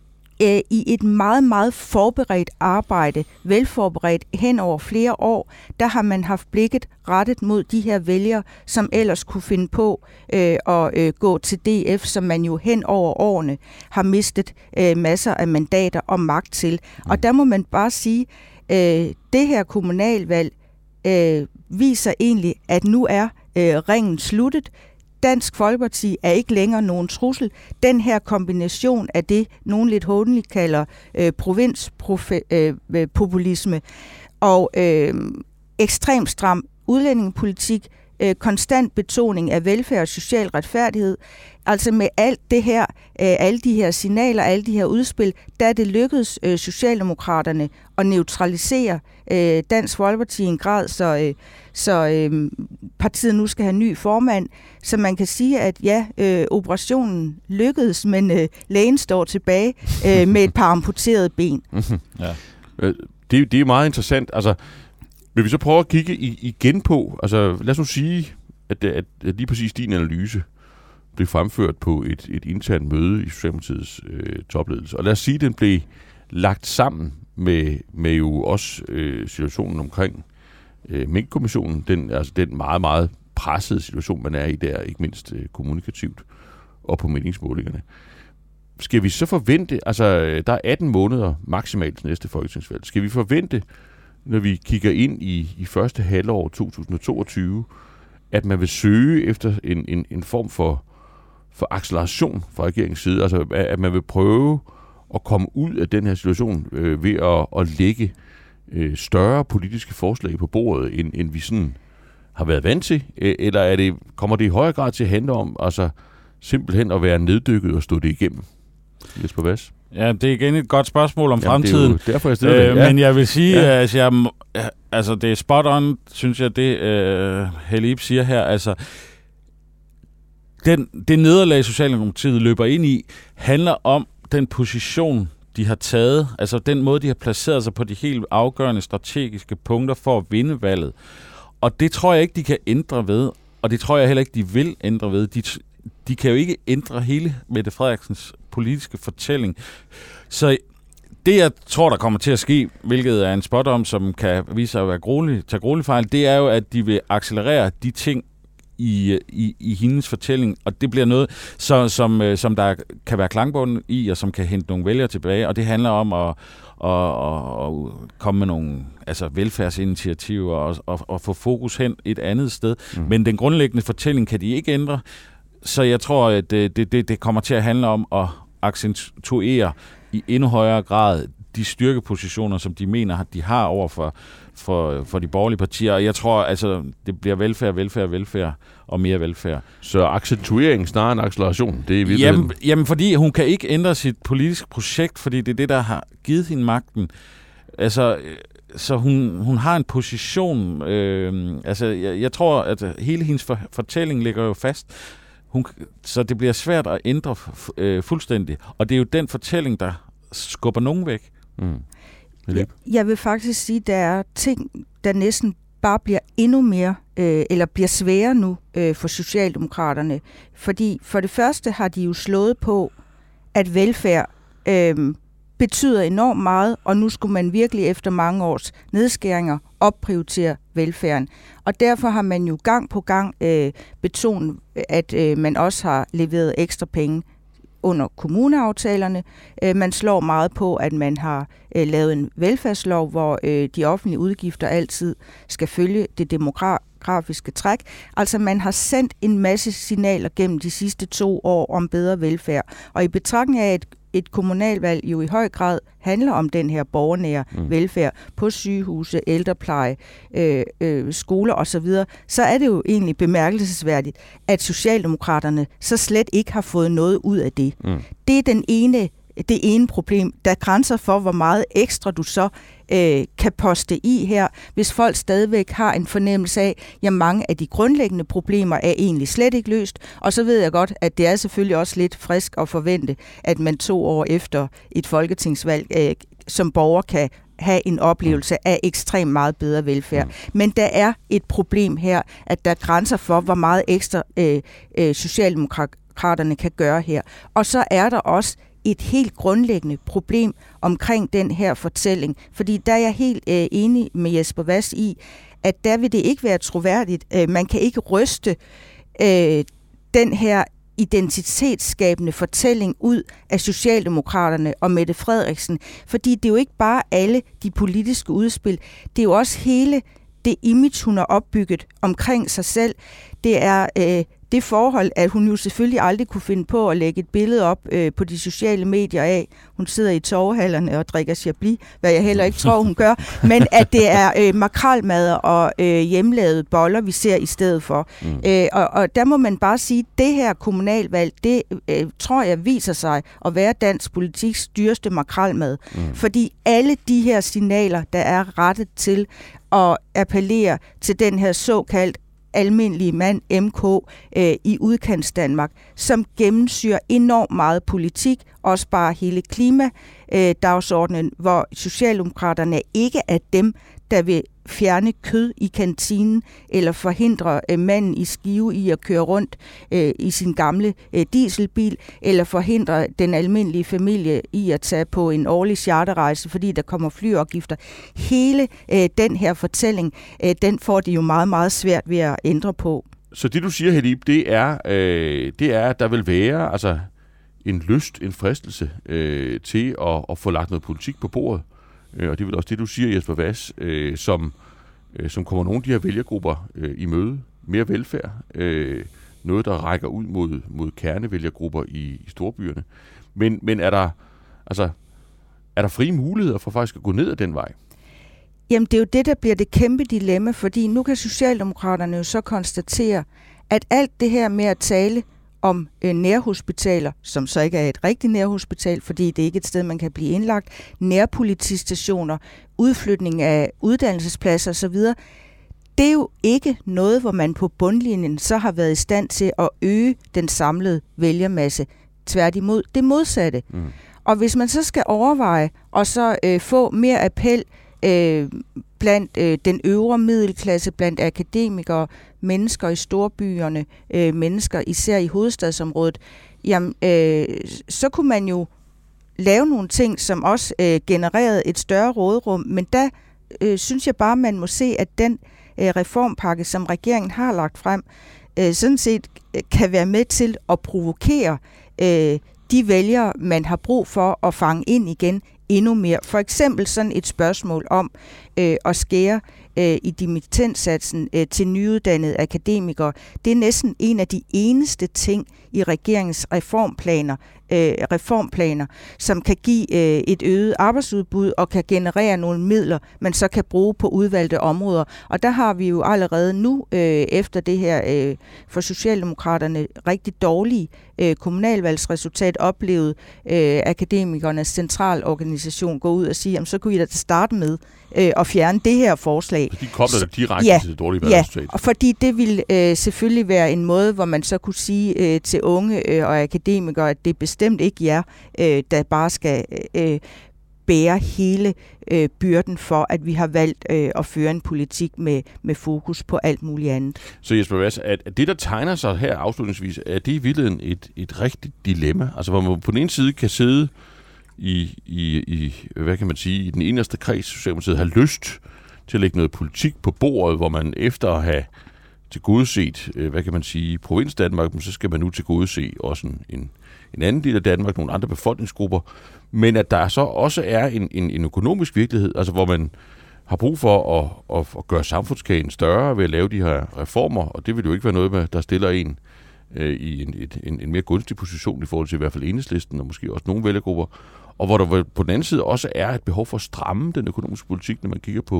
i et meget, meget forberedt arbejde, velforberedt hen over flere år, der har man haft blikket rettet mod de her vælgere, som ellers kunne finde på øh, at øh, gå til D F, som man jo hen over årene har mistet øh, masser af mandater og magt til. Og der må man bare sige, øh, det her kommunalvalg øh, viser egentlig, at nu er øh, ringen sluttet. Dansk Folkeparti er ikke længere nogen trussel. Den her kombination af det, nogen lidt håndeligt kalder øh, provinspopulisme øh, og øh, ekstremt stram udlændingepolitik, øh, konstant betoning af velfærd og social retfærdighed. Altså med alt det her, øh, alle de her signaler, alle de her udspil, der er det lykkedes øh, Socialdemokraterne at neutralisere øh, Dansk Folkeparti i en grad, så, øh, så øh, partiet nu skal have ny formand. Så man kan sige, at ja, øh, operationen lykkedes, men øh, lægen står tilbage øh, med et par amputerede ben. Ja. Det, det er meget interessant. Altså, vil vi så prøve at kigge igen på, altså lad os nu sige, at, at, at lige præcis din analyse blev fremført på et, et internt møde i Socialdemokratiets øh, topledelse. Og lad os sige, at den blev lagt sammen med, med jo også øh, situationen omkring øh, Mink-kommissionen, den, altså den meget, meget pressede situation, man er i der, ikke mindst øh, kommunikativt og på meningsmålingerne. Skal vi så forvente, altså der er atten måneder maksimalt til næste folketingsvalg, skal vi forvente, når vi kigger ind i, i første halvår to tusind og toogtyve, at man vil søge efter en, en, en form for, for acceleration fra regeringens side, altså at man vil prøve at komme ud af den her situation øh, ved at, at lægge øh, større politiske forslag på bordet, end, end vi sådan har været vant til, eller er det, kommer det i højere grad til at handle om altså simpelthen at være neddykket og stå det igennem? Jesper Hvass? Ja, det er igen et godt spørgsmål om Jamen, fremtiden. Det er jo derfor, jeg stiller øh, det. Ja. Men jeg vil sige, ja. at jeg, altså, det er spot on, synes jeg, det uh, Helle Ib siger her. Altså, den, det nederlag, Socialdemokratiet løber ind i, handler om den position, de har taget, altså den måde, de har placeret sig på de helt afgørende strategiske punkter for at vinde valget. Og det tror jeg ikke, de kan ændre ved, og det tror jeg heller ikke, de vil ændre ved. De, de kan jo ikke ændre hele Mette Frederiksens politiske fortælling. Så det, jeg tror, der kommer til at ske, hvilket er en spot om, som kan vise sig at være gruelig, tage gruelig fejl, det er jo, at de vil accelerere de ting i, i, i hendes fortælling, og det bliver noget, så, som, som der kan være klangbunden i, og som kan hente nogle vælgere tilbage, og det handler om at, at, at komme med nogle altså velfærdsinitiativer og, og, og få fokus hen et andet sted. Mm. Men den grundlæggende fortælling kan de ikke ændre, så jeg tror, at det, det, det kommer til at handle om at accentuere i endnu højere grad de styrkepositioner, som de mener, de har over for, for, for de borgerlige partier. Og jeg tror, altså, det bliver velfærd, velfærd, velfærd og mere velfærd. Så accentuering snarere end acceleration, det er virkelig... Jamen, jamen, fordi hun kan ikke ændre sit politiske projekt, fordi det er det, der har givet hende magten. Altså, så hun, hun har en position... Øh, altså, jeg, jeg tror, at hele hendes for, fortælling ligger jo fast. Hun, så det bliver svært at ændre øh, fuldstændig. Og det er jo den fortælling, der skubber nogen væk. Mm. Jeg, jeg vil faktisk sige, at der er ting, der næsten bare bliver endnu mere, øh, eller bliver sværere nu øh, for Socialdemokraterne. Fordi for det første har de jo slået på, at velfærd øh, betyder enormt meget, og nu skulle man virkelig efter mange års nedskæringer opprioritere velfærden. Og derfor har man jo gang på gang øh, betonet, at øh, man også har leveret ekstra penge under kommuneaftalerne. Øh, man slår meget på, at man har øh, lavet en velfærdslov, hvor øh, de offentlige udgifter altid skal følge det demografiske træk. Altså man har sendt en masse signaler gennem de sidste to år om bedre velfærd. Og i betragtning af, at et kommunalvalg jo i høj grad handler om den her borgernære mm. velfærd på sygehuse, ældrepleje, øh, øh, skoler osv., så er det jo egentlig bemærkelsesværdigt, at Socialdemokraterne så slet ikke har fået noget ud af det. Mm. Det er den ene det ene problem. Der er grænser for, hvor meget ekstra du så øh, kan poste i her, hvis folk stadigvæk har en fornemmelse af, at mange af de grundlæggende problemer er egentlig slet ikke løst. Og så ved jeg godt, at det er selvfølgelig også lidt frisk at forvente, at man to år efter et folketingsvalg øh, som borger kan have en oplevelse af ekstremt meget bedre velfærd. Men der er et problem her, at der er grænser for, hvor meget ekstra øh, øh, Socialdemokraterne kan gøre her. Og så er der også et helt grundlæggende problem omkring den her fortælling. Fordi der er jeg helt øh, enig med Jesper Vass i, at der vil det ikke være troværdigt. Øh, man kan ikke ryste øh, den her identitetsskabende fortælling ud af Socialdemokraterne og Mette Frederiksen. Fordi det er jo ikke bare alle de politiske udspil, det er jo også hele det image, hun har opbygget omkring sig selv. Det er øh, det forhold, at hun jo selvfølgelig aldrig kunne finde på at lægge et billede op øh, på de sociale medier af. Hun sidder i torvehallerne og drikker Chablis, hvad jeg heller ikke tror, hun gør. Men at det er øh, makrelmad og øh, hjemmelavede boller, vi ser i stedet for. Mm. Øh, og, og der må man bare sige, at det her kommunalvalg, det øh, tror jeg viser sig at være dansk politiks dyreste makrelmad. Mm. Fordi alle de her signaler, der er rettet til at appellere til den her såkaldt almindelige mand, M K, øh, i udkantsdanmark, som gennemsyrer enormt meget politik, også bare hele klimadagsordenen, øh, hvor Socialdemokraterne ikke er dem, der vil fjerne kød i kantinen, eller forhindre øh, manden i Skive i at køre rundt øh, i sin gamle øh, dieselbil, eller forhindre den almindelige familie i at tage på en årlig charterrejse, fordi der kommer flyafgifter. Hele øh, den her fortælling, øh, den får det jo meget, meget svært ved at ændre på. Så det, du siger, Helib, det er, øh, det er, at der vil være altså, en lyst, en fristelse øh, til at, at få lagt noget politik på bordet. Og det er vel også det, du siger, Jesper Vass, øh, som, øh, som kommer nogle af de her vælgergrupper øh, i møde. Mere velfærd. Øh, noget, der rækker ud mod, mod kernevælgergrupper i, i storbyerne. Men, men er der altså er der frie muligheder for faktisk at gå ned ad den vej? Jamen, det er jo det, der bliver det kæmpe dilemma, fordi nu kan Socialdemokraterne jo så konstatere, at alt det her med at tale om øh, nærhospitaler, som så ikke er et rigtigt nærhospital, fordi det er ikke et sted, man kan blive indlagt, nærpolitistationer, udflytning af uddannelsespladser osv., det er jo ikke noget, hvor man på bundlinjen så har været i stand til at øge den samlede vælgermasse. Tværtimod det modsatte. Mm. Og hvis man så skal overveje og så øh, få mere appel øh, blandt øh, den øvre middelklasse, blandt akademikere, mennesker i storbyerne, øh, mennesker især i hovedstadsområdet, jamen, øh, så kunne man jo lave nogle ting, som også øh, genererede et større råderum. Men der øh, synes jeg bare, man må se, at den øh, reformpakke, som regeringen har lagt frem, øh, sådan set kan være med til at provokere øh, de vælgere, man har brug for at fange ind igen endnu mere. For eksempel sådan et spørgsmål om øh, at skære øh, i dimittendsatsen øh, til nyuddannede akademikere. Det er næsten en af de eneste ting i regeringens reformplaner, øh, reformplaner som kan give øh, et øget arbejdsudbud og kan generere nogle midler, man så kan bruge på udvalgte områder. Og der har vi jo allerede nu, øh, efter det her øh, for Socialdemokraterne rigtig dårlige øh, kommunalvalgsresultat, oplevet øh, Akademikernes Centralorganisation gå ud og sige, jamen så kunne I da starte med øh, at fjerne det her forslag. De kobler det direkte ja, til det dårlige valgresultat. Ja, og fordi det ville øh, selvfølgelig være en måde, hvor man så kunne sige øh, til unge øh, og akademikere, at det bestemt ikke jer, øh, der bare skal øh, bære hele øh, byrden for, at vi har valgt øh, at føre en politik med, med fokus på alt muligt andet. Så Jesper Vass, at det, der tegner sig her afslutningsvis, er det i virkeligheden et, et rigtigt dilemma? Altså, hvor man på den ene side kan sidde i, i, i hvad kan man sige, i den eneste kreds, Socialdemokratiet har lyst til at lægge noget politik på bordet, hvor man efter at have tilgodeset, hvad kan man sige, provins Danmark, så skal man nu tilgodese også en, en, en anden del af Danmark, nogle andre befolkningsgrupper, men at der så også er en, en, en økonomisk virkelighed, altså hvor man har brug for at, at, at gøre samfundskagen større ved at lave de her reformer, og det vil jo ikke være noget med, der stiller en øh, i en, et, en, en mere gunstig position i forhold til i hvert fald Enhedslisten, og måske også nogle vælgergrupper, og hvor der på den anden side også er et behov for at stramme den økonomiske politik, når man kigger på,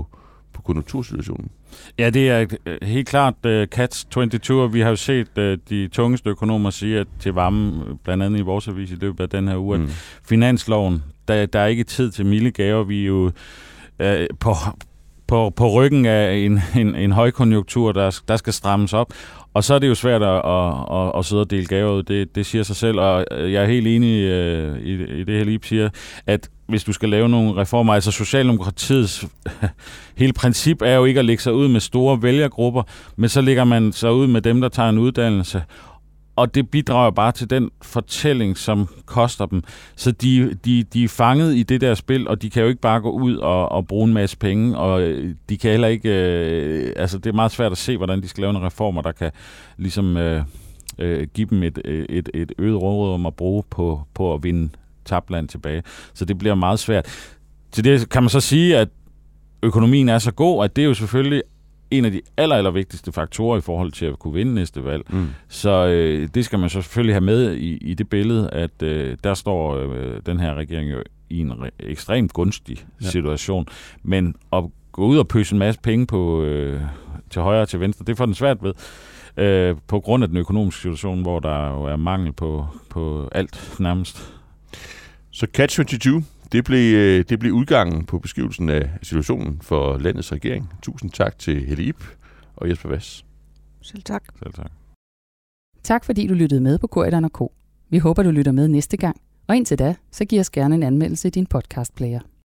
på konjunktursituationen? Ja, det er helt klart uh, catch toogtyve, og vi har jo set uh, de tungeste økonomer sige, at til varme, blandt andet i vores avis i løbet af den her uge, mm. at finansloven, der, der er ikke tid til milde gaver. Vi er jo uh, på, på, på ryggen af en, en, en højkonjunktur, der, der skal strammes op. Og så er det jo svært at, at, at, at sidde og dele gaver ud. Det, det siger sig selv, og jeg er helt enig uh, i, i det, Helib siger, at hvis du skal lave nogle reformer, altså Socialdemokratiets hele princip er jo ikke at lægge sig ud med store vælgergrupper, men så lægger man sig ud med dem, der tager en uddannelse, og det bidrager bare til den fortælling, som koster dem. Så de, de, de er fanget i det der spil, og de kan jo ikke bare gå ud og, og bruge en masse penge, og de kan heller ikke, øh, altså det er meget svært at se, hvordan de skal lave nogle reformer, der kan ligesom øh, øh, give dem et, et, et øget råderum at bruge på, på at vinde tabt land tilbage. Så det bliver meget svært. Til det kan man så sige, at økonomien er så god, at det er jo selvfølgelig en af de aller, aller vigtigste faktorer i forhold til at kunne vinde næste valg. Mm. Så øh, det skal man så selvfølgelig have med i, i det billede, at øh, der står øh, den her regering jo i en re- ekstremt gunstig ja. situation. Men at gå ud og pøse en masse penge på, øh, til højre og til venstre, det får den svært ved. Øh, på grund af den økonomiske situation, hvor der jo er mangel på, på alt nærmest. Så catch toogtyve, det blev, det blev udgangen på beskrivelsen af situationen for landets regering. Tusind tak til Helle Ib og Jesper Hvass. Selv tak. Selv tak. Tak fordi du lyttede med på Corydon og Co. Vi håber, du lytter med næste gang. Og indtil da, så giv os gerne en anmeldelse i din podcastplayer.